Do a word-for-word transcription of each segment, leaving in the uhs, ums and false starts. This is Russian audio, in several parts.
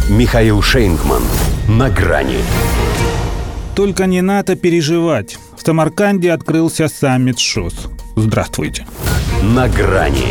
Михаил Шейнгман. На грани. Только не надо переживать. В Самарканде открылся саммит ШОС. Здравствуйте. На грани.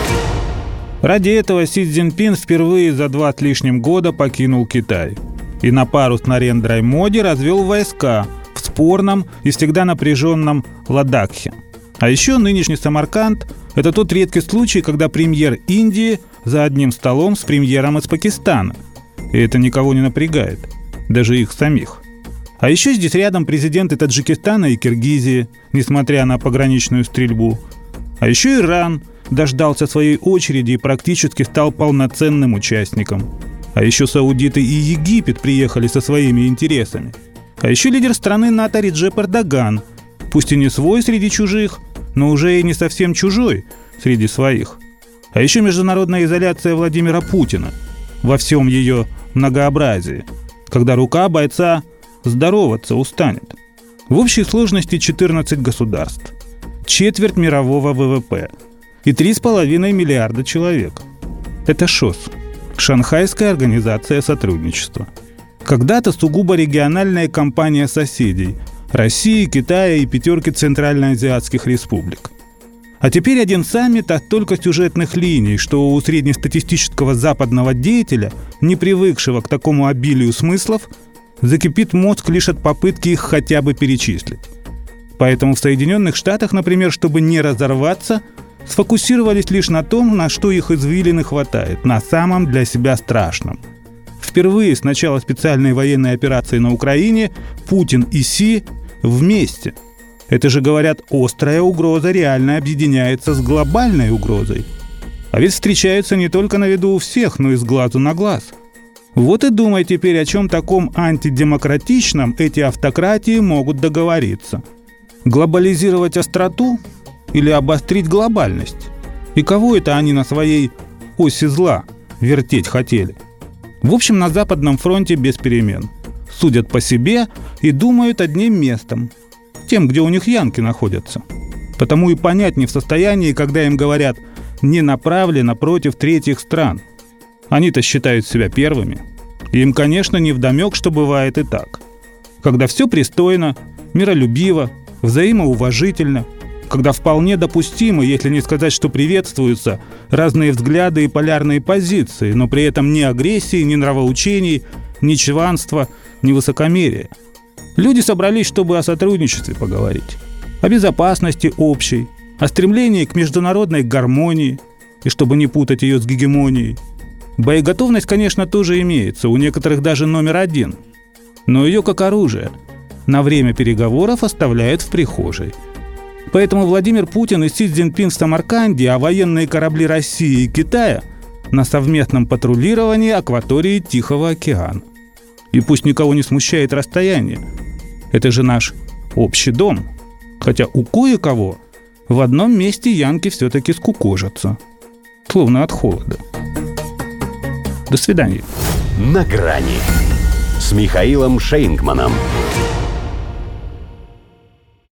Ради этого Си Цзиньпин впервые за два с лишним года покинул Китай. И на пару с Нарендра Моди развел войска в спорном и всегда напряженном Ладакхе. А еще нынешний Самарканд – это тот редкий случай, когда премьер Индии за одним столом с премьером из Пакистана. И это никого не напрягает, даже их самих. А еще здесь рядом президенты Таджикистана и Киргизии, несмотря на пограничную стрельбу. А еще Иран дождался своей очереди и практически стал полноценным участником. А еще саудиты и Египет приехали со своими интересами. А еще лидер страны НАТО Реджеп Эрдоган, пусть и не свой среди чужих, но уже и не совсем чужой среди своих. А еще международная изоляция Владимира Путина во всем ее многообразии, когда рука бойца здороваться устанет. В общей сложности четырнадцать государств, четверть мирового ВВП и три с половиной миллиарда человек. Это ШОС, Шанхайская организация сотрудничества. Когда-то сугубо региональная компания соседей – России, Китая и пятерки центральноазиатских республик. А теперь один саммит, а столько сюжетных линий, что у среднестатистического западного деятеля, не привыкшего к такому обилию смыслов, закипит мозг лишь от попытки их хотя бы перечислить. Поэтому в Соединенных Штатах, например, чтобы не разорваться, сфокусировались лишь на том, на что их извилины хватает, на самом для себя страшном. Впервые с начала специальной военной операции на Украине Путин и Си вместе. Это же, говорят, острая угроза реально объединяется с глобальной угрозой. А ведь встречаются не только на виду у всех, но и с глазу на глаз. Вот и думай теперь, о чем таком антидемократичном эти автократии могут договориться. Глобализировать остроту или обострить глобальность? И кого это они на своей оси зла вертеть хотели? В общем, на Западном фронте без перемен. Судят по себе и думают одним местом. Тем, где у них янки находятся. Потому и понять не в состоянии, когда им говорят «не направлено против третьих стран». Они-то считают себя первыми. И им, конечно, невдомек, что бывает и так. Когда все пристойно, миролюбиво, взаимоуважительно, когда вполне допустимо, если не сказать, что приветствуются, разные взгляды и полярные позиции, но при этом ни агрессии, ни нравоучений, ни чванства, ни высокомерия. Люди собрались, чтобы о сотрудничестве поговорить, о безопасности общей, о стремлении к международной гармонии, и чтобы не путать ее с гегемонией. Боеготовность, конечно, тоже имеется, у некоторых даже номер один, но ее как оружие на время переговоров оставляют в прихожей. Поэтому Владимир Путин и Си Цзиньпин в Самарканде, а военные корабли России и Китая на совместном патрулировании акватории Тихого океана. И пусть никого не смущает расстояние, это же наш общий дом. Хотя у кое-кого в одном месте янки все-таки скукожатся, словно от холода. До свидания. На грани с Михаилом Шейнгманом.